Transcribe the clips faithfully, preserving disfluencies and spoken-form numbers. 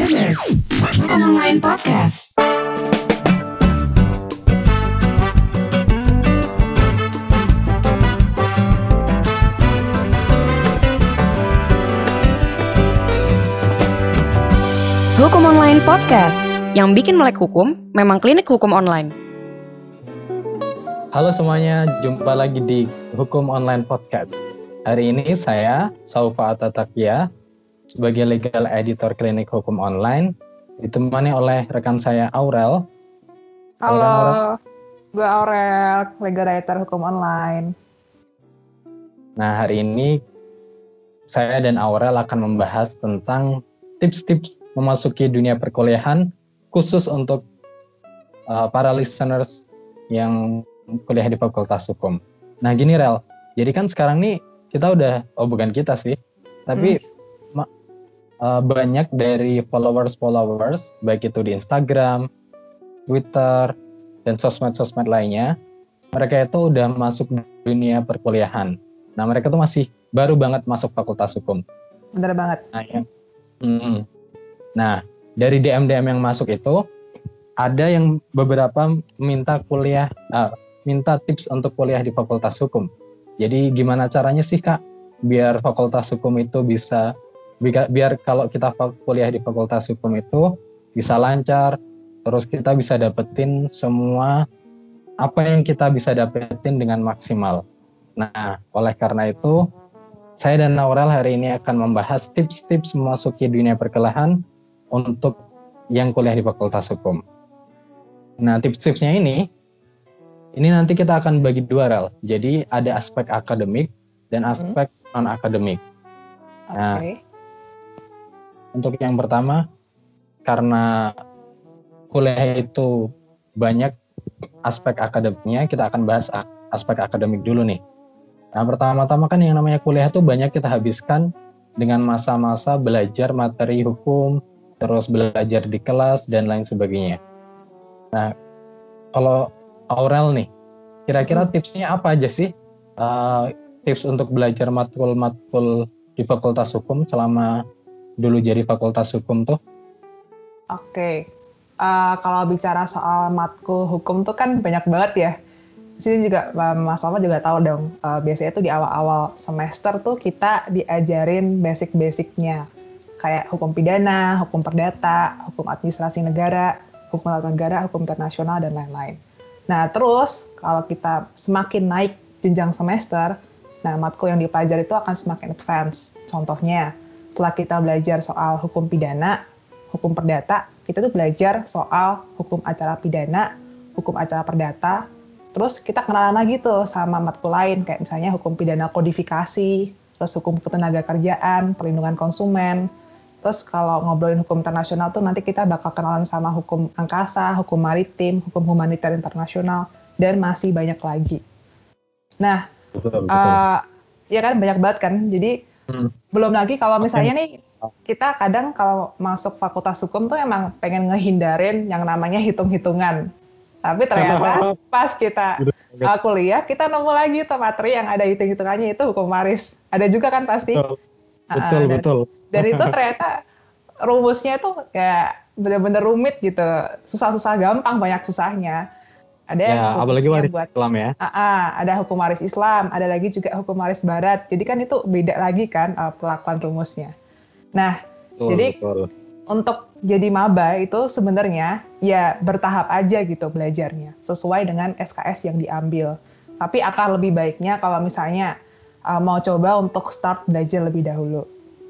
This is Hukum Online Podcast. Hukum Online Podcast. Yang bikin melek hukum memang klinik hukum online. Halo semuanya, jumpa lagi di Hukum Online Podcast. Hari ini saya, Saufa Atatakia, sebagai legal editor klinik hukum online, ditemani oleh rekan saya Aurel. Halo, gue Aurel, legal editor hukum online. Nah, hari ini saya dan Aurel akan membahas tentang tips-tips memasuki dunia perkuliahan, khusus untuk uh, para listeners yang kuliah di Fakultas Hukum. Nah gini Rel, jadi kan sekarang nih kita udah, oh bukan kita sih, tapi hmm. ma- uh, banyak dari followers-followers, baik itu di Instagram, Twitter, dan sosmed-sosmed lainnya, mereka itu udah masuk dunia perkuliahan. Nah mereka tuh masih baru banget masuk Fakultas Hukum. Bener banget. Nah, ya. hmm. nah dari D M D M yang masuk itu, ada yang beberapa minta kuliah, uh, minta tips untuk kuliah di Fakultas Hukum. Jadi gimana caranya sih Kak, biar Fakultas Hukum itu bisa, biar kalau kita kuliah di Fakultas Hukum itu bisa lancar, terus kita bisa dapetin semua apa yang kita bisa dapetin dengan maksimal. Nah, oleh karena itu, saya dan Aurel hari ini akan membahas tips-tips memasuki dunia perkuliahan untuk yang kuliah di Fakultas Hukum. Nah, tips-tipsnya ini, ini nanti kita akan bagi dua, Rel. Jadi ada aspek akademik dan aspek hmm. non-akademik. Nah, okay. Untuk yang pertama, karena kuliah itu banyak aspek akademiknya, kita akan bahas aspek akademik dulu nih. Nah, pertama-tama kan yang namanya kuliah itu banyak kita habiskan dengan masa-masa belajar materi hukum, terus belajar di kelas, dan lain sebagainya. Nah, kalau Aurel nih, kira-kira tipsnya apa aja sih? Uh, tips untuk belajar matkul-matkul di Fakultas Hukum selama dulu jadi Fakultas Hukum tuh? Oke, okay. uh, kalau bicara soal matkul hukum tuh kan banyak banget ya. Di sini juga Mas Alma juga tahu dong, uh, biasanya tuh di awal-awal semester tuh kita diajarin basic-basicnya. Kayak hukum pidana, hukum perdata, hukum administrasi negara, hukum tata negara, hukum internasional, dan lain-lain. Nah, terus kalau kita semakin naik jenjang semester, nah matkul yang dipelajari itu akan semakin advance. Contohnya, setelah kita belajar soal hukum pidana, hukum perdata, kita tuh belajar soal hukum acara pidana, hukum acara perdata, terus kita kenalan lagi tuh sama matkul lain, kayak misalnya hukum pidana kodifikasi, terus hukum ketenaga kerjaan, perlindungan konsumen. Terus kalau ngobrolin hukum internasional tuh nanti kita bakal kenalan sama hukum angkasa, hukum maritim, hukum humaniter internasional, dan masih banyak lagi. Nah, betul, betul. Uh, ya kan banyak banget kan. Jadi hmm. belum lagi kalau misalnya nih kita kadang kalau masuk Fakultas Hukum tuh emang pengen ngehindarin yang namanya hitung-hitungan. Tapi ternyata pas kita uh, kuliah kita nemu lagi tuh materi yang ada hitung-hitungannya, itu hukum waris. Ada juga kan pasti. Betul, betul. Uh, dan, betul. Dan itu ternyata rumusnya itu ya benar-benar rumit gitu, susah-susah gampang, banyak susahnya. Ada yang ya, apalagi waris buat, Islam ya. Uh, uh, ada hukum waris Islam, ada lagi juga hukum waris Barat. Jadi kan itu beda lagi kan uh, pelakuan rumusnya. Nah, betul, jadi betul. Untuk jadi maba itu sebenarnya ya bertahap aja gitu belajarnya, sesuai dengan S K S yang diambil. Tapi akan lebih baiknya kalau misalnya uh, mau coba untuk start belajar lebih dahulu.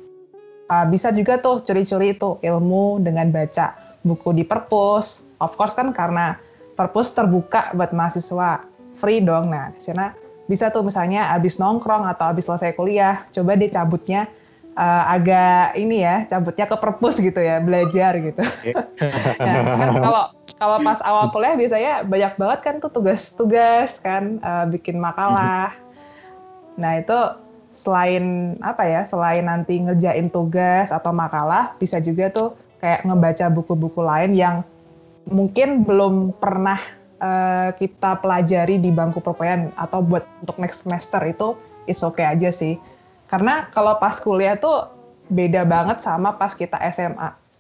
Uh, bisa juga tuh curi-curi itu ilmu dengan baca buku di perpus. Of course kan karena perpus terbuka buat mahasiswa, free dong. Nah, di sana bisa tuh misalnya abis nongkrong atau abis selesai kuliah, coba dia cabutnya uh, agak ini ya, cabutnya ke perpus gitu ya, belajar gitu. Nah, kan kalau kalau pas awal kuliah biasanya banyak banget kan tuh tugas-tugas kan, uh, bikin makalah. Nah itu selain apa ya, selain nanti ngerjain tugas atau makalah, bisa juga tuh kayak ngebaca buku-buku lain yang mungkin belum pernah uh, kita pelajari di bangku perkuliahan, atau buat untuk next semester itu it's okay aja sih. Karena kalau pas kuliah tuh beda banget sama pas kita S M A.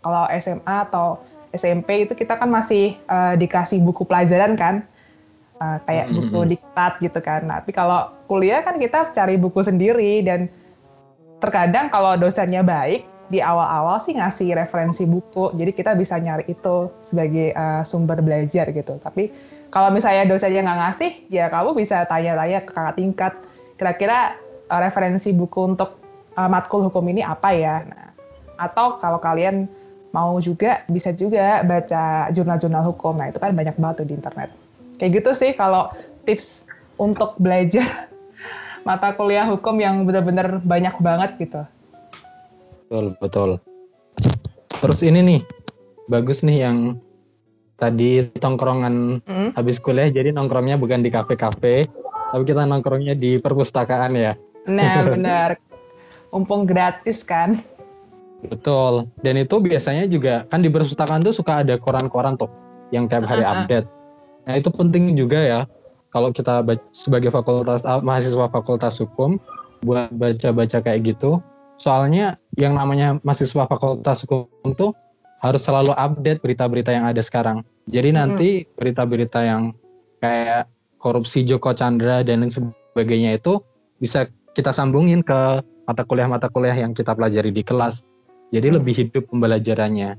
kalau S M A atau S M P itu kita kan masih uh, dikasih buku pelajaran kan, uh, kayak Mm-hmm. buku diktat gitu kan. Nah, tapi kalau kuliah kan kita cari buku sendiri, dan terkadang kalau dosennya baik, di awal-awal sih ngasih referensi buku, jadi kita bisa nyari itu sebagai uh, sumber belajar gitu. Tapi kalau misalnya dosennya nggak ngasih, ya kamu bisa tanya-tanya ke kakak tingkat, kira-kira uh, referensi buku untuk uh, matkul hukum ini apa ya? Nah, atau kalau kalian mau juga, bisa juga baca jurnal-jurnal hukum. Nah, itu kan banyak banget tuh di internet. Kayak gitu sih kalau tips untuk belajar mata kuliah hukum yang benar-benar banyak banget gitu. Betul, betul. Terus ini nih, bagus nih yang tadi tongkrongan mm. habis kuliah, jadi nongkrongnya bukan di kafe-kafe, tapi kita nongkrongnya di perpustakaan ya. Nah, benar. Mumpung gratis kan. Betul. Dan itu biasanya juga kan di perpustakaan tuh suka ada koran-koran tuh yang tiap hari uh-huh. update. Nah, itu penting juga ya kalau kita baca, sebagai fakultas mahasiswa fakultas hukum buat baca-baca kayak gitu. Soalnya yang namanya mahasiswa fakultas hukum tuh harus selalu update berita-berita yang ada sekarang. Jadi nanti uh-huh. berita-berita yang kayak korupsi Joko Chandra dan lain sebagainya itu bisa kita sambungin ke mata kuliah-mata kuliah yang kita pelajari di kelas. Jadi hmm. lebih hidup pembelajarannya.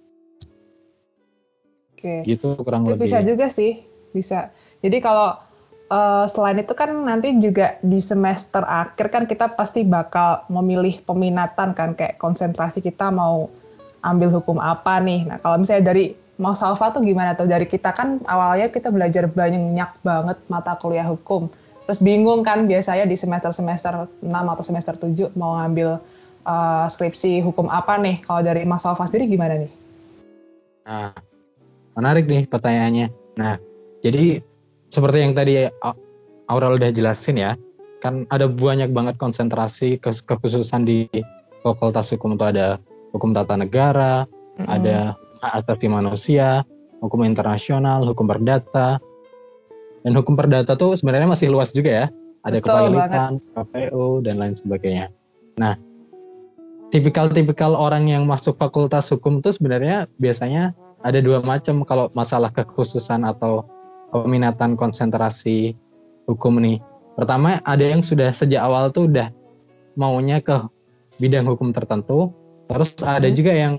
Oke. Gitu kurang itu lebih. Bisa juga sih, bisa. Jadi kalau uh, selain itu kan nanti juga di semester akhir kan kita pasti bakal memilih peminatan kan, kayak konsentrasi kita mau ambil hukum apa nih. Nah, kalau misalnya dari Mas Salva tuh gimana tuh? Dari kita kan awalnya kita belajar banyak banget mata kuliah hukum. Terus bingung kan biasanya di semester-semester enam atau semester tujuh mau ngambil Uh, skripsi hukum apa nih? Kalau dari Mas Salva sendiri gimana nih? Nah, menarik nih pertanyaannya. Nah, jadi seperti yang tadi Aurel udah jelasin ya, kan ada banyak banget konsentrasi kekhususan di fakultas hukum itu ada hukum tata negara, mm-hmm. ada hak asasi manusia, hukum internasional, hukum perdata, dan hukum perdata tuh sebenarnya masih luas juga ya. Ada kepailitan, K P U dan lain sebagainya. Nah, tipikal-tipikal orang yang masuk fakultas hukum tuh sebenarnya biasanya ada dua macam kalau masalah kekhususan atau peminatan konsentrasi hukum nih. Pertama, ada yang sudah sejak awal tuh udah maunya ke bidang hukum tertentu. Terus ada juga yang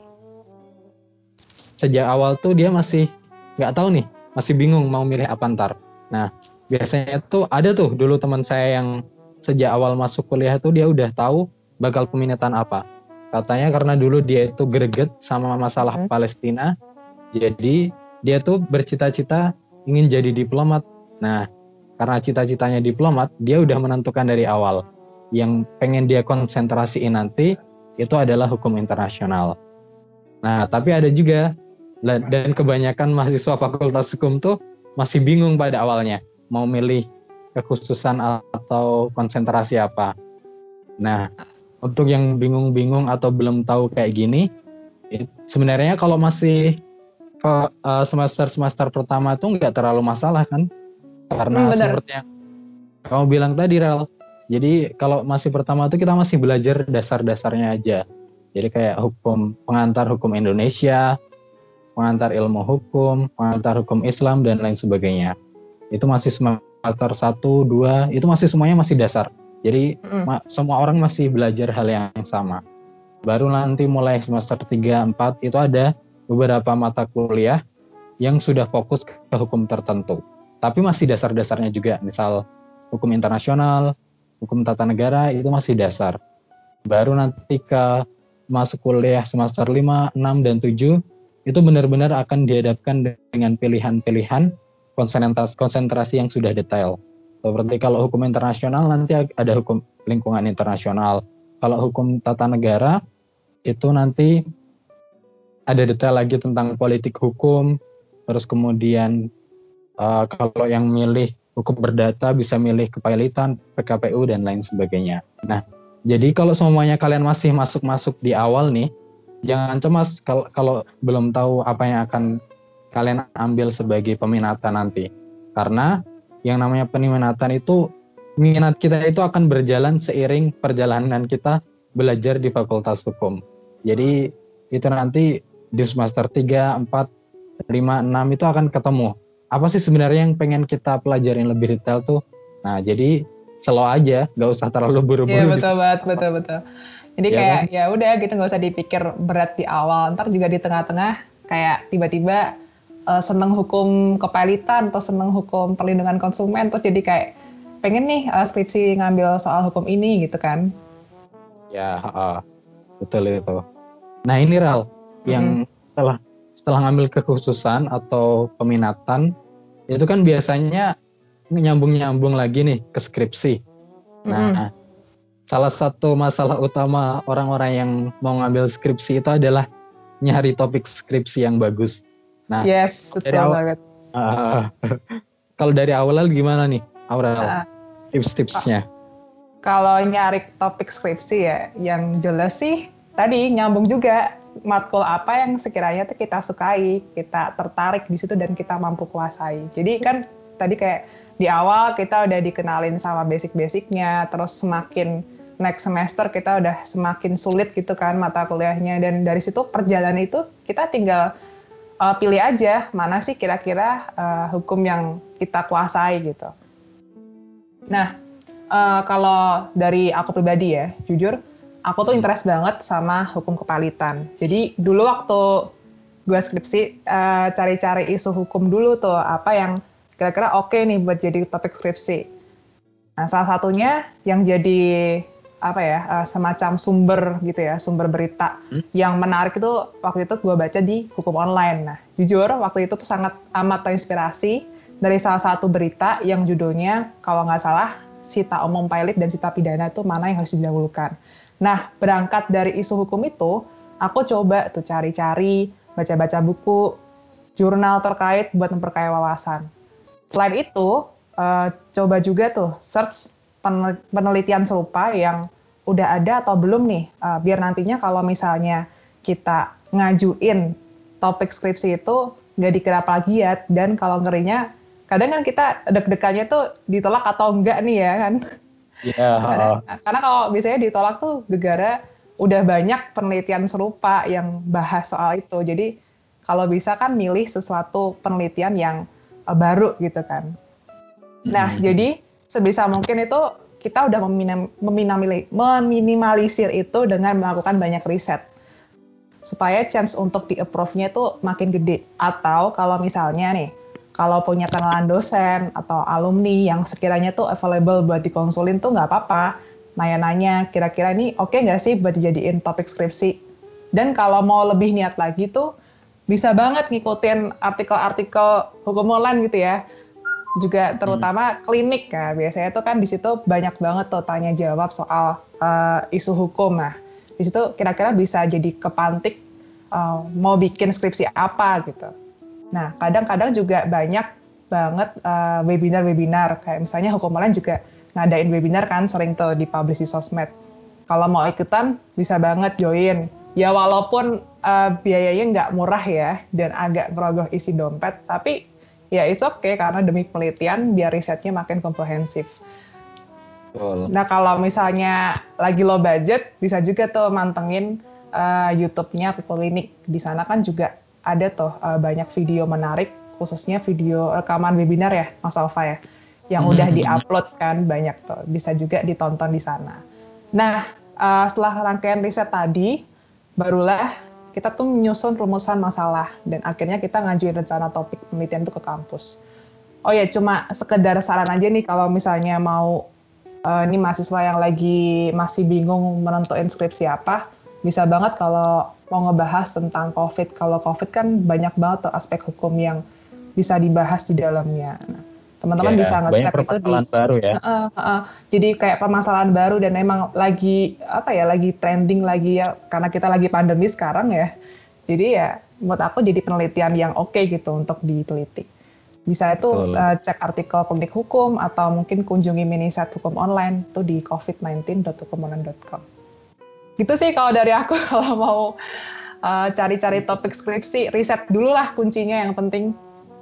sejak awal tuh dia masih nggak tahu nih, masih bingung mau milih apa ntar. Nah, biasanya tuh ada tuh dulu teman saya yang sejak awal masuk kuliah tuh dia udah tahu bakal peminatan apa. Katanya karena dulu dia itu greget sama masalah hmm. Palestina, jadi dia tuh bercita-cita ingin jadi diplomat. Nah, karena cita-citanya diplomat, dia udah menentukan dari awal. Yang pengen dia konsentrasiin nanti, itu adalah hukum internasional. Nah, tapi ada juga, dan kebanyakan mahasiswa fakultas hukum tuh masih bingung pada awalnya, mau milih kekhususan atau konsentrasi apa. Nah, untuk yang bingung-bingung atau belum tahu kayak gini, sebenarnya kalau masih semester-semester pertama itu nggak terlalu masalah kan, karena hmm, seperti yang kamu bilang tadi Rel. Jadi kalau masih pertama itu kita masih belajar dasar-dasarnya aja. Jadi kayak hukum pengantar hukum Indonesia, pengantar ilmu hukum, pengantar hukum Islam dan lain sebagainya. Itu masih semester satu, dua, itu masih semuanya masih dasar. Jadi mm. ma- semua orang masih belajar hal yang sama. Baru nanti mulai semester tiga, empat itu ada beberapa mata kuliah yang sudah fokus ke hukum tertentu. Tapi masih dasar-dasarnya juga. Misal hukum internasional, hukum tata negara itu masih dasar. Baru nanti ke masuk kuliah semester lima, enam, dan tujuh itu benar-benar akan dihadapkan dengan pilihan-pilihan konsentrasi, konsentrasi yang sudah detail. Seperti kalau hukum internasional nanti ada hukum lingkungan internasional. Kalau hukum tata negara itu nanti ada detail lagi tentang politik hukum. Terus kemudian uh, kalau yang milih hukum perdata bisa milih kepailitan, P K P U dan lain sebagainya. Nah, jadi kalau semuanya kalian masih masuk-masuk di awal nih, jangan cemas kalau kalau belum tahu apa yang akan kalian ambil sebagai peminatan nanti. Karena yang namanya peminatan itu, minat kita itu akan berjalan seiring perjalanan kita belajar di Fakultas Hukum. Jadi itu nanti di semester tiga, empat, lima, enam itu akan ketemu. Apa sih sebenarnya yang pengen kita pelajarin lebih detail tuh? Nah, jadi slow aja, gak usah terlalu buru-buru. Iya, di betul banget, betul betul. Jadi Ya kayak kan? ya udah gitu, nggak usah dipikir berat di awal. Ntar juga di tengah-tengah kayak tiba-tiba eh, seneng hukum kepailitan atau seneng hukum perlindungan konsumen, terus jadi kayak pengen nih eh, skripsi ngambil soal hukum ini gitu kan. Ya, uh, betul itu. Nah ini Ral, yang Mm-mm. setelah setelah ngambil kekhususan atau peminatan, itu kan biasanya nyambung-nyambung lagi nih ke skripsi. Mm-mm. Nah, salah satu masalah utama orang-orang yang mau ngambil skripsi itu adalah nyari topik skripsi yang bagus. Nah, Yes, dari betul awal, banget. uh, kalau dari awal gimana nih, Aurel? Uh, Tips-tipsnya? Kalau nyari topik skripsi ya, yang jelas sih tadi nyambung juga matkul apa yang sekiranya tuh kita sukai, kita tertarik di situ dan kita mampu kuasai. Jadi kan tadi kayak di awal kita udah dikenalin sama basic-basicnya, terus semakin next semester kita udah semakin sulit gitu kan mata kuliahnya, dan dari situ perjalanan itu kita tinggal uh, pilih aja mana sih kira-kira uh, hukum yang kita kuasai gitu. Nah, uh, kalau dari aku pribadi ya, jujur, aku tuh interest banget sama hukum kepailitan. Jadi dulu waktu gue skripsi, uh, cari-cari isu hukum dulu tuh, apa yang kira-kira oke okay nih buat jadi topik skripsi. Nah, salah satunya yang jadi apa ya, uh, semacam sumber gitu ya, sumber berita hmm? yang menarik itu waktu itu gue baca di hukum online. Nah, jujur waktu itu tuh sangat amat terinspirasi dari salah satu berita yang judulnya kalau nggak salah sita umum pailit dan sita pidana itu mana yang harus didahulukan. Nah, berangkat dari isu hukum itu, aku coba tuh cari-cari, baca-baca buku, jurnal terkait buat memperkaya wawasan. Selain itu, uh, coba juga tuh search penelitian serupa yang udah ada atau belum nih, uh, biar nantinya kalau misalnya kita ngajuin topik skripsi itu nggak dikira plagiat, dan kalau ngerinya kadang kan kita deg-degannya tuh ditolak atau enggak nih ya kan. Iya. Karena, karena kalau biasanya ditolak tuh gara-gara udah banyak penelitian serupa yang bahas soal itu. Jadi kalau bisa kan milih sesuatu penelitian yang uh, baru gitu kan. Nah, hmm. jadi sebisa mungkin itu kita udah meminim, meminamili, meminimalisir itu dengan melakukan banyak riset. Supaya chance untuk di-approve-nya itu makin gede. Atau kalau misalnya nih, kalau punya kenalan dosen atau alumni yang sekiranya tuh available buat dikonsulin tuh nggak apa-apa. Nanya-nanya, kira-kira ini oke okay nggak sih buat dijadiin topik skripsi. Dan kalau mau lebih niat lagi tuh, bisa banget ngikutin artikel-artikel hukum online gitu ya. Juga terutama hmm. klinik ya. Biasanya tuh kan di situ banyak banget tuh tanya jawab soal uh, isu hukum. Nah, di situ kira-kira bisa jadi kepantik uh, mau bikin skripsi apa gitu. Nah, kadang-kadang juga banyak banget uh, webinar-webinar, kayak misalnya hukum online juga ngadain webinar kan, sering tuh dipublish di sosmed. Kalau mau ikutan, bisa banget join. Ya walaupun uh, biayanya nggak murah ya, dan agak merogoh isi dompet, tapi ya it's okay, karena demi penelitian, biar risetnya makin komprehensif. Betul. Nah, kalau misalnya lagi low budget, bisa juga tuh mantengin uh, YouTube-nya Klinik. Di sana kan juga ada tuh uh, banyak video menarik, khususnya video rekaman webinar ya, Mas Alfa ya, yang udah di-upload kan banyak tuh, bisa juga ditonton di sana. Nah, uh, setelah rangkaian riset tadi, barulah kita tuh menyusun rumusan masalah, dan akhirnya kita ngajuin rencana topik penelitian itu ke kampus. Oh ya, cuma sekedar saran aja nih, kalau misalnya mau, uh, ini mahasiswa yang lagi masih bingung menentuin skripsi apa, bisa banget kalau mau ngebahas tentang COVID. Kalau COVID kan banyak banget tuh aspek hukum yang bisa dibahas di dalamnya. Nah, teman-teman yeah, bisa ngecek itu di baru ya. Uh, uh, uh, jadi kayak permasalahan baru, dan memang lagi apa ya, lagi trending lagi ya, karena kita lagi pandemi sekarang ya. Jadi ya buat aku jadi penelitian yang oke okay gitu untuk diteliti. Bisa itu uh, cek artikel Klinik Hukum atau mungkin kunjungi miniset hukum online tuh di covid sembilan belas dot hukum online dot com. Gitu sih kalau dari aku. Kalau mau uh, cari-cari topik skripsi, riset dulu lah kuncinya yang penting.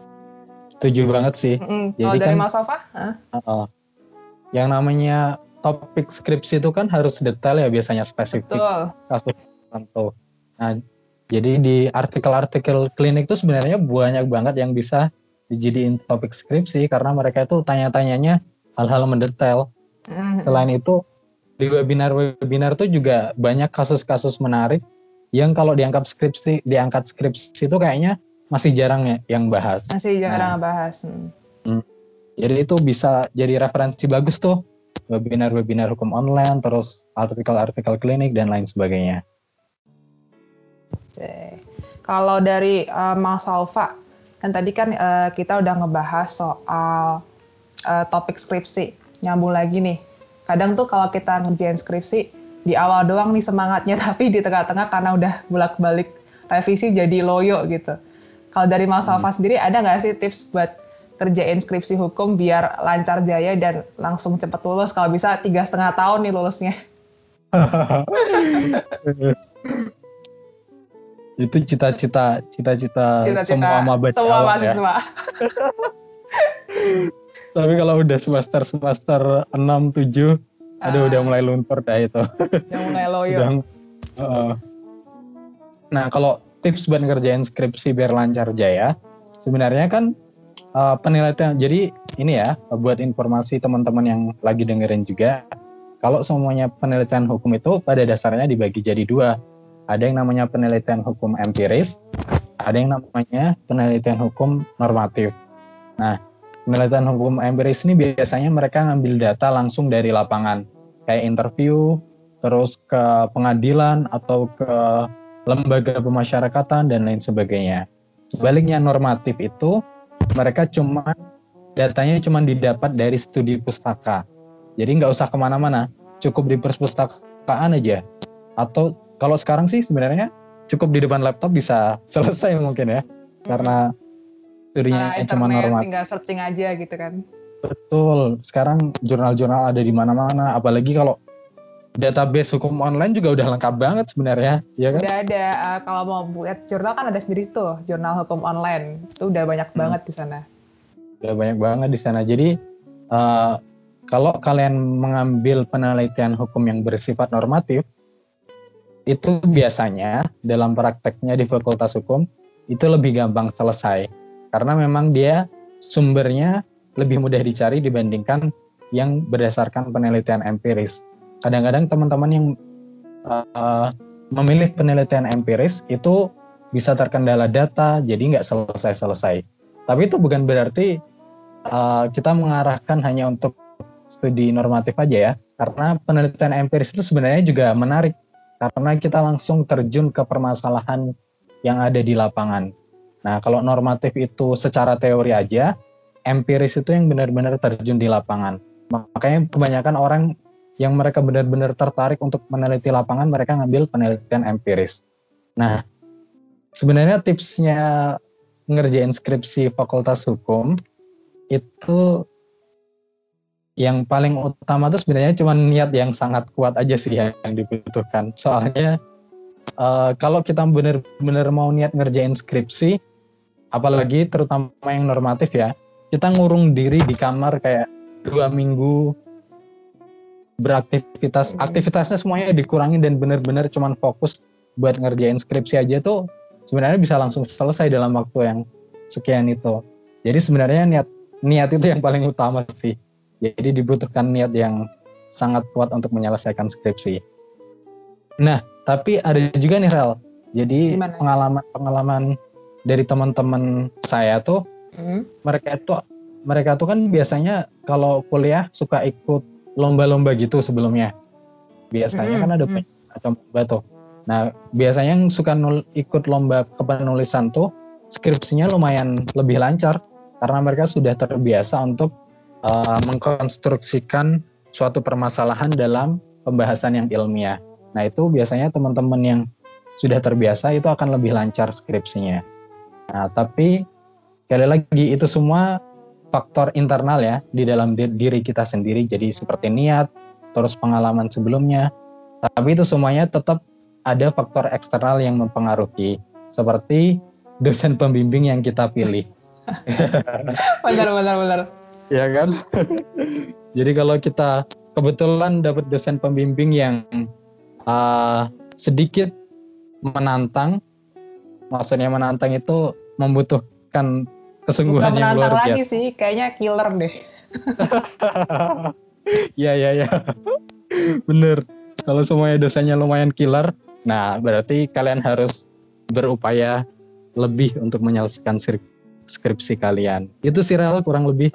Setuju banget sih. Mm-mm. Jadi kalau dari kan, Mas Alfa? Huh? Uh, yang namanya topik skripsi itu kan harus detail ya, biasanya spesifik. Betul. Kasus tertentu. Nah, Jadi di artikel-artikel klinik tuh sebenarnya banyak banget yang bisa dijadiin topik skripsi karena mereka itu tanya-tanyanya hal-hal mendetail. Mm-mm. Selain itu di webinar-webinar tuh juga banyak kasus-kasus menarik yang kalau diangkat skripsi, diangkat skripsi itu kayaknya masih jarang ya yang bahas. Masih jarang Nah, bahas. Hmm. jadi itu bisa jadi referensi bagus tuh webinar-webinar hukum online, terus artikel-artikel klinik dan lain sebagainya. Oke. Kalau dari uh, Mas Alfa, kan tadi kan uh, kita udah ngebahas soal uh, topik skripsi. Nyambung lagi nih. Kadang tuh kalau kita ngerjain skripsi, di awal doang nih semangatnya, tapi di tengah-tengah karena udah bolak-balik revisi jadi loyo gitu. Kalau dari Mas Alfa hmm. sendiri, ada nggak sih tips buat kerjain skripsi hukum biar lancar jaya dan langsung cepet lulus? Kalau bisa tiga setengah tahun nih lulusnya. Itu cita-cita cita-cita semua maba semua mahasiswa. Tapi kalau udah semester semester enam tujuh, uh, aduh udah mulai luntur dah itu. Udah mulai loyo. Udah, uh, nah kalau tips buat ngerjain skripsi biar lancar jaya, sebenarnya kan uh, penelitian. Jadi ini ya buat informasi teman-teman yang lagi dengerin juga, kalau semuanya penelitian hukum itu pada dasarnya dibagi jadi dua. Ada yang namanya penelitian hukum empiris, ada yang namanya penelitian hukum normatif. Nah, penelitian hukum empiris ini biasanya mereka ngambil data langsung dari lapangan, kayak interview, terus ke pengadilan atau ke lembaga pemasyarakatan dan lain sebagainya. Sebaliknya normatif itu mereka cuma datanya cuma didapat dari studi pustaka. Jadi nggak usah kemana-mana, cukup di perpustakaan aja. Atau kalau sekarang sih sebenarnya cukup di depan laptop bisa selesai mungkin ya, karena studinya nah, cuma normatif. Tinggal searching aja gitu kan. Betul, sekarang jurnal-jurnal ada di mana-mana, apalagi kalau database hukum online juga udah lengkap banget sebenarnya, ya kan? Udah ada, uh, kalau mau lihat jurnal kan ada sendiri tuh, jurnal hukum online, itu udah banyak hmm. banget di sana. Udah banyak banget di sana, jadi uh, kalau kalian mengambil penelitian hukum yang bersifat normatif, itu biasanya dalam prakteknya di Fakultas Hukum itu lebih gampang selesai karena memang dia sumbernya lebih mudah dicari dibandingkan yang berdasarkan penelitian empiris. Kadang-kadang teman-teman yang uh, memilih penelitian empiris itu bisa terkendala data, jadi nggak selesai-selesai. Tapi itu bukan berarti uh, kita mengarahkan hanya untuk studi normatif aja ya, karena penelitian empiris itu sebenarnya juga menarik. Karena kita langsung terjun ke permasalahan yang ada di lapangan. Nah, kalau normatif itu secara teori aja, empiris itu yang benar-benar terjun di lapangan. Makanya kebanyakan orang yang mereka benar-benar tertarik untuk meneliti lapangan, mereka ngambil penelitian empiris. Nah, sebenarnya tipsnya ngerjain skripsi Fakultas Hukum, itu yang paling utama tuh sebenarnya cuma niat yang sangat kuat aja sih yang dibutuhkan. Soalnya uh, kalau kita benar-benar mau niat ngerjain skripsi, apalagi terutama yang normatif ya, kita ngurung diri di kamar kayak dua minggu beraktivitas, aktivitasnya semuanya dikurangin dan benar-benar cuma fokus buat ngerjain skripsi aja tuh sebenarnya bisa langsung selesai dalam waktu yang sekian itu. Jadi sebenarnya niat niat itu yang paling utama sih. Jadi dibutuhkan niat yang sangat kuat untuk menyelesaikan skripsi. Nah, tapi ada juga nih Rel. Jadi Gimana? pengalaman-pengalaman dari teman-teman saya tuh, hmm? mereka itu mereka tuh kan biasanya kalau kuliah suka ikut lomba-lomba gitu sebelumnya. Biasanya hmm. kan ada banyak hmm. macam lomba tuh. Nah, biasanya yang suka nul, ikut lomba kepenulisan tuh skripsinya lumayan lebih lancar karena mereka sudah terbiasa untuk Uh, mengkonstruksikan suatu permasalahan dalam pembahasan yang ilmiah. Nah itu biasanya teman-teman yang sudah terbiasa itu akan lebih lancar skripsinya. Nah tapi sekali lagi itu semua faktor internal ya di dalam diri kita sendiri. Jadi seperti niat, terus pengalaman sebelumnya. Tapi itu semuanya tetap ada faktor eksternal yang mempengaruhi. Seperti dosen pembimbing yang kita pilih. Benar, benar, benar. Ya kan? Jadi kalau kita kebetulan dapat dosen pembimbing yang uh, sedikit menantang, maksudnya menantang itu membutuhkan kesungguhan Bukan yang menantang luar lagi biasa. sih, kayaknya killer deh. Ya ya ya, bener. Kalau semuanya dosanya lumayan killer, nah berarti kalian harus berupaya lebih untuk menyelesaikan skri- skripsi kalian. Itu sih Rel kurang lebih.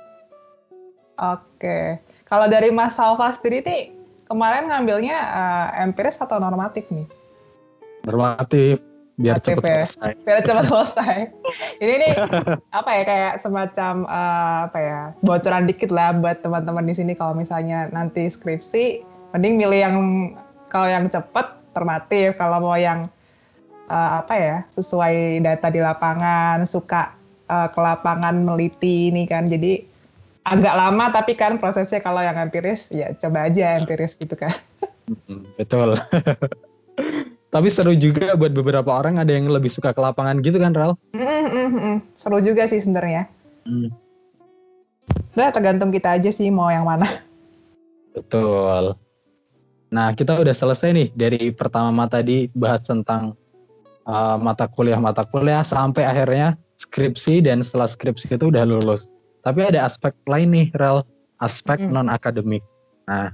Oke. Kalau dari Mas Salva sendiri nih, kemarin ngambilnya eh, empiris atau normatif nih? Normatif biar Normatif cepat ya, selesai. biar cepat selesai. Ini nih apa ya kayak semacam eh, apa ya bocoran dikit lah buat teman-teman di sini kalau misalnya nanti skripsi, mending milih yang kalau yang cepat normatif, kalau mau yang eh, apa ya sesuai data di lapangan, suka eh, ke lapangan meliti ini kan, jadi agak lama tapi kan prosesnya kalau yang empiris ya coba aja empiris gitu kan. Hmm, betul. Tapi seru juga buat beberapa orang, ada yang lebih suka ke lapangan gitu kan Rel? Mm, mm, mm, mm. Seru juga sih sebenarnya. Hmm, Udah tergantung kita aja sih mau yang mana. betul. Nah kita udah selesai nih dari pertama tadi bahas tentang uh, mata kuliah-mata kuliah sampai akhirnya skripsi, dan setelah skripsi itu udah lulus. Tapi ada aspek lain nih Rel, aspek Mm. non-akademik. Nah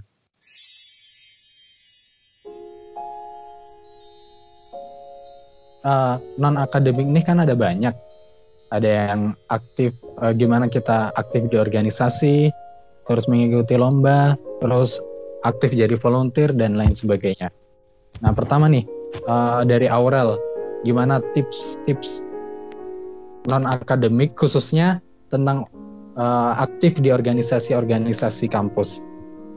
uh, non-akademik ini kan ada banyak. Ada yang aktif, uh, gimana kita aktif di organisasi, terus mengikuti lomba, terus aktif jadi volunteer dan lain sebagainya. Nah pertama nih uh, dari Aurel, gimana tips-tips non-akademik khususnya tentang uh, aktif di organisasi-organisasi kampus?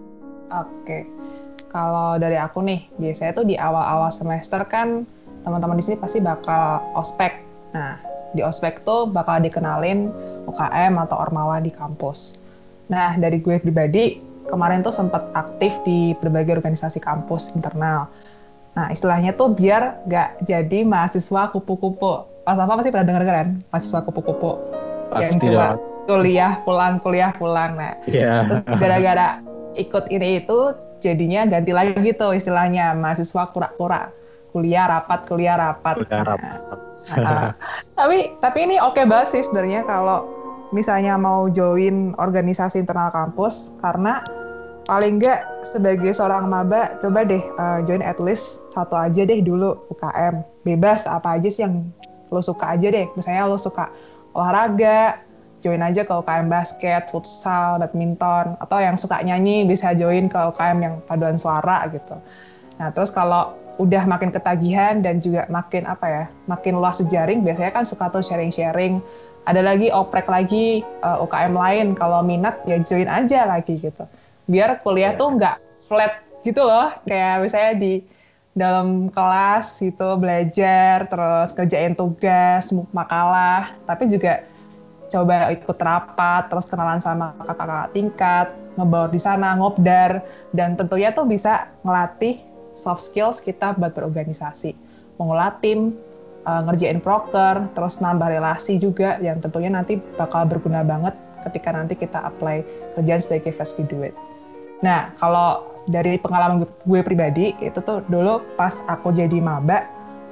Oke. Kalau dari aku nih, biasanya tuh di awal-awal semester kan teman-teman di sini pasti bakal ospek. Nah, di ospek tuh bakal dikenalin U K M atau ormawa di kampus. Nah, dari gue pribadi, kemarin tuh sempat aktif di berbagai organisasi kampus internal. Nah, istilahnya tuh biar nggak jadi mahasiswa kupu-kupu. Pas apa pasti pernah denger kan? Mahasiswa kupu-kupu. Yang Pasti coba dong. kuliah pulang, kuliah pulang. Nah, Iya. terus gara-gara ikut ini itu, jadinya ganti lagi tuh istilahnya. Mahasiswa kura-kura. Kuliah rapat, kuliah rapat. Udah Nah, rapat. Nah, tapi tapi ini oke banget sih sebenarnya kalau misalnya mau join organisasi internal kampus, karena paling nggak sebagai seorang maba coba deh uh, join at least satu aja deh dulu U K M, bebas apa aja sih yang lo suka aja deh. Misalnya lo suka olahraga, join aja ke U K M basket, futsal, badminton, atau yang suka nyanyi bisa join ke U K M yang paduan suara gitu. Nah, terus kalau udah makin ketagihan dan juga makin apa ya, makin luas jejaring, biasanya kan suka tuh sharing-sharing. Ada lagi oprek lagi uh, U K M lain, kalau minat ya join aja lagi gitu. Biar kuliah Yeah. tuh nggak flat gitu loh, kayak misalnya di dalam kelas gitu belajar, terus kerjain tugas, makalah, tapi juga coba ikut rapat, terus kenalan sama kakak-kakak tingkat, ngebaur di sana, ngobdar, dan tentunya tuh bisa ngelatih soft skills kita buat berorganisasi, mengelola tim, uh, ngerjain proker, terus nambah relasi juga yang tentunya nanti bakal berguna banget ketika nanti kita apply kerjaan sebagai fresh graduate. Nah, kalau dari pengalaman gue, gue pribadi, itu tuh dulu pas aku jadi maba,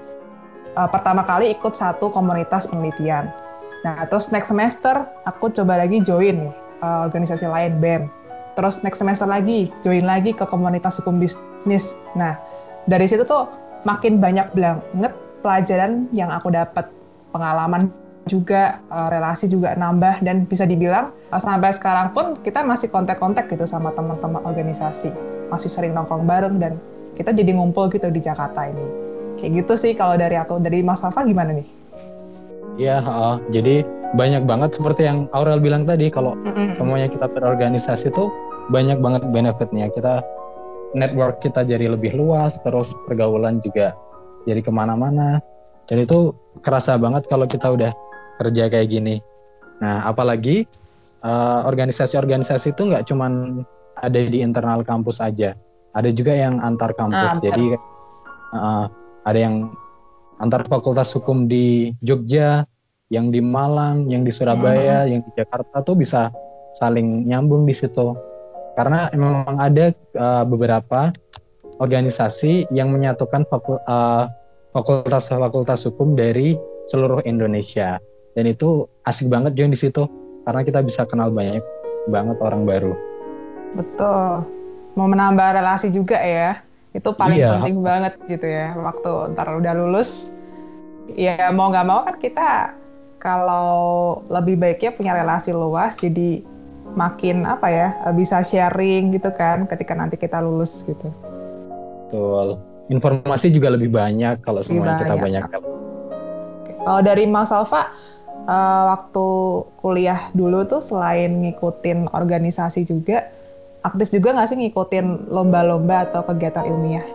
uh, pertama kali ikut satu komunitas penelitian. Nah, terus next semester aku coba lagi join nih, uh, organisasi lain, B E M. Terus next semester lagi, join lagi ke komunitas hukum bisnis. Nah, dari situ tuh makin banyak banget pelajaran yang aku dapat, pengalaman juga, uh, relasi juga nambah, dan bisa dibilang uh, sampai sekarang pun kita masih kontak-kontak gitu sama teman-teman organisasi. Masih sering nongkrong bareng, dan kita jadi ngumpul gitu di Jakarta ini. Kayak gitu sih kalau dari aku. Dari Mas Safa gimana nih? Iya, uh, jadi banyak banget seperti yang Aurel bilang tadi, kalau Mm-mm. semuanya kita berorganisasi tuh banyak banget benefitnya. Kita network kita jadi lebih luas, terus pergaulan juga jadi kemana-mana. Dan itu kerasa banget kalau kita udah kerja kayak gini. Nah, apalagi uh, organisasi-organisasi itu nggak cuman ada di internal kampus aja, ada juga yang antar kampus. Ah, jadi uh, ada yang antar fakultas hukum di Jogja, yang di Malang, yang di Surabaya, mm-hmm. yang di Jakarta tuh bisa saling nyambung di situ. Karena memang ada uh, beberapa organisasi yang menyatukan fakul, uh, fakultas-fakultas hukum dari seluruh Indonesia. Dan itu asik banget join di situ karena kita bisa kenal banyak banget orang baru. Betul. Mau menambah relasi juga ya. Itu paling Iya. penting banget gitu ya. Waktu ntar udah lulus, ya mau nggak mau kan kita kalau lebih baiknya punya relasi luas, jadi makin apa ya, bisa sharing gitu kan ketika nanti kita lulus gitu. Betul. Informasi juga lebih banyak kalau Lebih semuanya kita banyak. banyak. Kalau dari Mas Alfa, uh, waktu kuliah dulu tuh selain ngikutin organisasi juga, aktif juga nggak sih ngikutin lomba-lomba atau kegiatan ilmiah?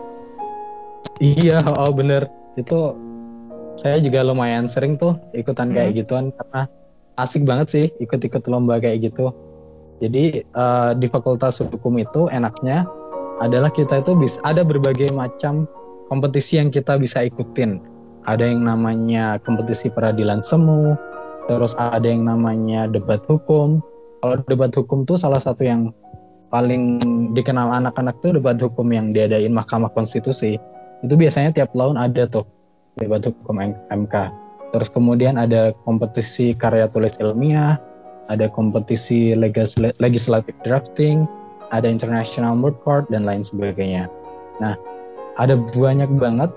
Iya, oh bener. Itu saya juga lumayan sering tuh ikutan kayak Mm-mm. gituan karena asik banget sih ikut-ikut lomba kayak gitu. Jadi uh, di Fakultas Hukum itu enaknya adalah kita itu bisa ada berbagai macam kompetisi yang kita bisa ikutin. Ada yang namanya kompetisi peradilan semu, terus ada yang namanya debat hukum. Kalau debat hukum tuh salah satu yang paling dikenal anak-anak tuh debat hukum yang diadain Mahkamah Konstitusi. Itu biasanya tiap tahun ada tuh debat hukum M K. Terus kemudian ada kompetisi karya tulis ilmiah, ada kompetisi legisl- legislative drafting, ada international moot court dan lain sebagainya. Nah, ada banyak banget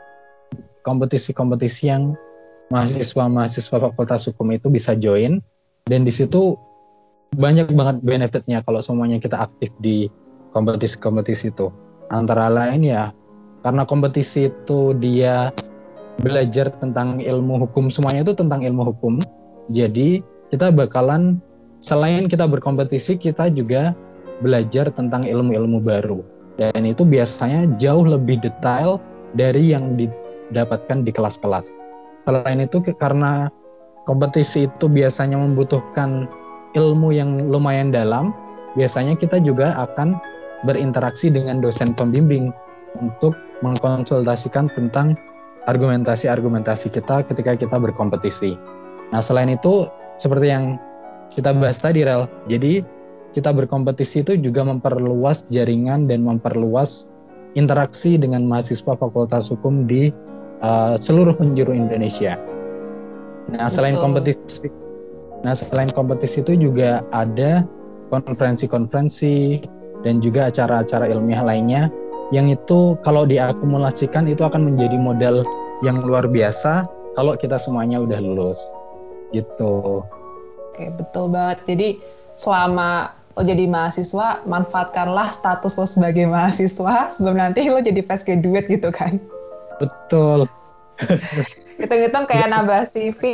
kompetisi-kompetisi yang mahasiswa-mahasiswa Fakultas Hukum itu bisa join, dan di situ banyak banget benefitnya kalau semuanya kita aktif di kompetisi-kompetisi itu. Antara lain ya, karena kompetisi itu dia belajar tentang ilmu hukum, semuanya itu tentang ilmu hukum. Jadi kita bakalan, selain kita berkompetisi, kita juga belajar tentang ilmu-ilmu baru. Dan itu biasanya jauh lebih detail dari yang didapatkan di kelas-kelas. Selain itu karena kompetisi itu biasanya membutuhkan ilmu yang lumayan dalam, biasanya kita juga akan berinteraksi dengan dosen pembimbing untuk mengkonsultasikan tentang argumentasi-argumentasi kita ketika kita berkompetisi. Nah, selain itu, seperti yang kita bahas tadi, Rel, jadi kita berkompetisi itu juga memperluas jaringan dan memperluas interaksi dengan mahasiswa Fakultas Hukum di uh, seluruh penjuru Indonesia. Nah, selain Betul. kompetisi Nah, selain kompetisi itu juga ada konferensi-konferensi dan juga acara-acara ilmiah lainnya yang itu kalau diakumulasikan itu akan menjadi modal yang luar biasa kalau kita semuanya udah lulus. Gitu. Oke, betul banget. Jadi selama lo jadi mahasiswa, manfaatkanlah status lo sebagai mahasiswa sebelum nanti lo jadi fresh graduate gitu kan. Betul. Hitung-hitung kayak nambah C V.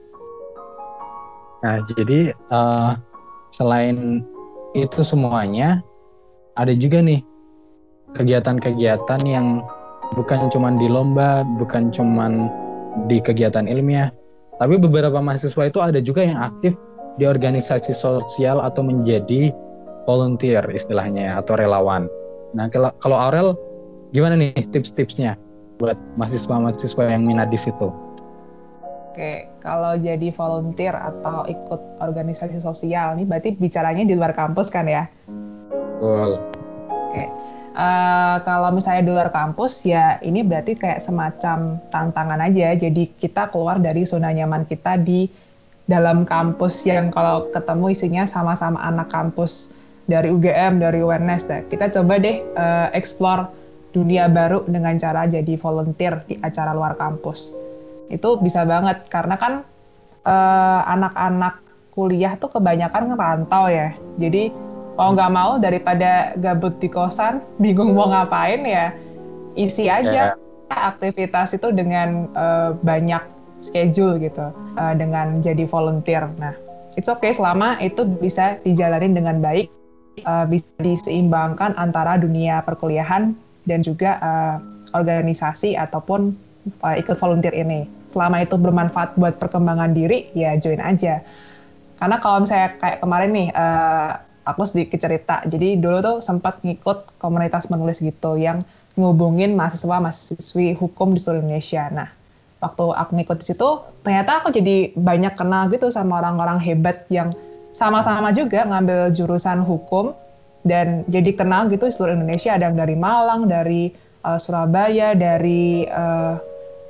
Nah, jadi uh, selain itu semuanya, ada juga nih kegiatan-kegiatan yang bukan cuma di lomba, bukan cuma di kegiatan ilmiah, tapi beberapa mahasiswa itu ada juga yang aktif di organisasi sosial atau menjadi volunteer istilahnya atau relawan. Nah, kalau, kalau Aurel gimana nih tips-tipsnya buat mahasiswa-mahasiswa yang minat di situ? Oke, kalau jadi volunteer atau ikut organisasi sosial nih, berarti bicaranya di luar kampus kan ya? Betul. Oke, uh, kalau misalnya di luar kampus ya ini berarti kayak semacam tantangan aja. Jadi kita keluar dari zona nyaman kita di dalam kampus yang kalau ketemu isinya sama-sama anak kampus dari U G M, dari U N S. Nah, kita coba deh uh, explore dunia baru dengan cara jadi volunteer di acara luar kampus. Itu bisa banget karena kan uh, anak-anak kuliah tuh kebanyakan ngerantau ya. Jadi mau nggak mau daripada gabut di kosan, bingung mau ngapain ya, isi aja yeah. aktivitas itu dengan uh, banyak schedule gitu, uh, dengan jadi volunteer. Nah, it's okay selama itu bisa dijalanin dengan baik, uh, bisa diseimbangkan antara dunia perkuliahan dan juga uh, organisasi ataupun uh, ikut volunteer ini. Selama itu bermanfaat buat perkembangan diri, ya join aja. Karena kalau misalnya kayak kemarin nih, uh, aku sedikit cerita. Jadi dulu tuh sempat ngikut komunitas menulis gitu yang ngubungin mahasiswa-mahasiswi hukum di seluruh Indonesia. Nah, waktu aku ngikut di situ, ternyata aku jadi banyak kenal gitu sama orang-orang hebat yang sama-sama juga ngambil jurusan hukum dan jadi kenal gitu di seluruh Indonesia. Ada yang dari Malang, dari uh, Surabaya, dari uh,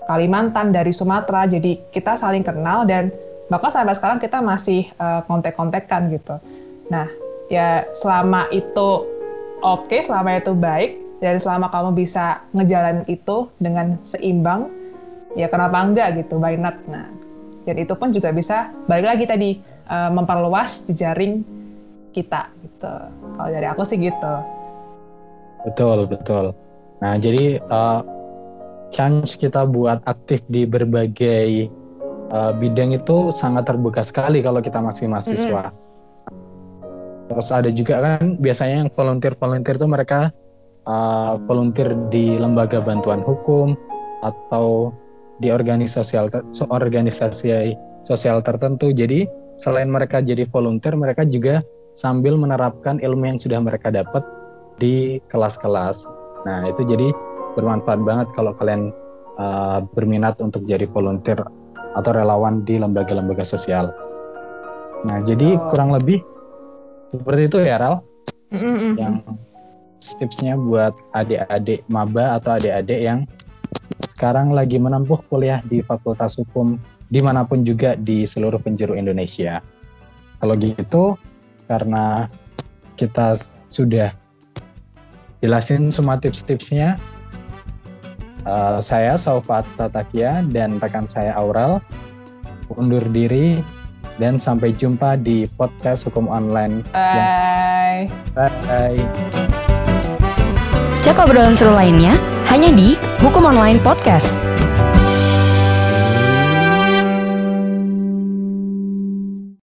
Kalimantan, dari Sumatera. Jadi kita saling kenal dan bahkan sampai sekarang kita masih uh, kontak-kontakan gitu. Nah, ya selama itu oke, okay, selama itu baik, dan selama kamu bisa ngejalanin itu dengan seimbang, ya kenapa enggak gitu, why not? Nah, dan itu pun juga bisa balik lagi tadi uh, memperluas jejaring kita gitu. Kalau dari aku sih gitu. Betul, betul. Nah, jadi uh, chance kita buat aktif di berbagai uh, bidang itu sangat terbuka sekali kalau kita masih mahasiswa. Mm-hmm. Terus ada juga kan biasanya yang volunteer-volunteer itu mereka uh, volunteer di lembaga bantuan hukum atau di organisasi sosial, organisasi sosial tertentu. Jadi selain mereka jadi volunteer, mereka juga sambil menerapkan ilmu yang sudah mereka dapat di kelas-kelas. Nah, itu jadi bermanfaat banget kalau kalian uh, berminat untuk jadi volunteer atau relawan di lembaga-lembaga sosial. Nah, jadi oh. kurang lebih seperti itu ya, Ral. Mm-hmm. Yang tipsnya buat adik-adik maba atau adik-adik yang sekarang lagi menempuh kuliah di Fakultas Hukum dimanapun juga di seluruh penjuru Indonesia. Kalau gitu, karena kita sudah jelasin semua tips-tipsnya, uh, saya Saufat Tatakia dan rekan saya Aural undur diri dan sampai jumpa di podcast Hukum Online. Bye. Bye. Cek obrolan seru lainnya hanya di Hukum Online Podcast.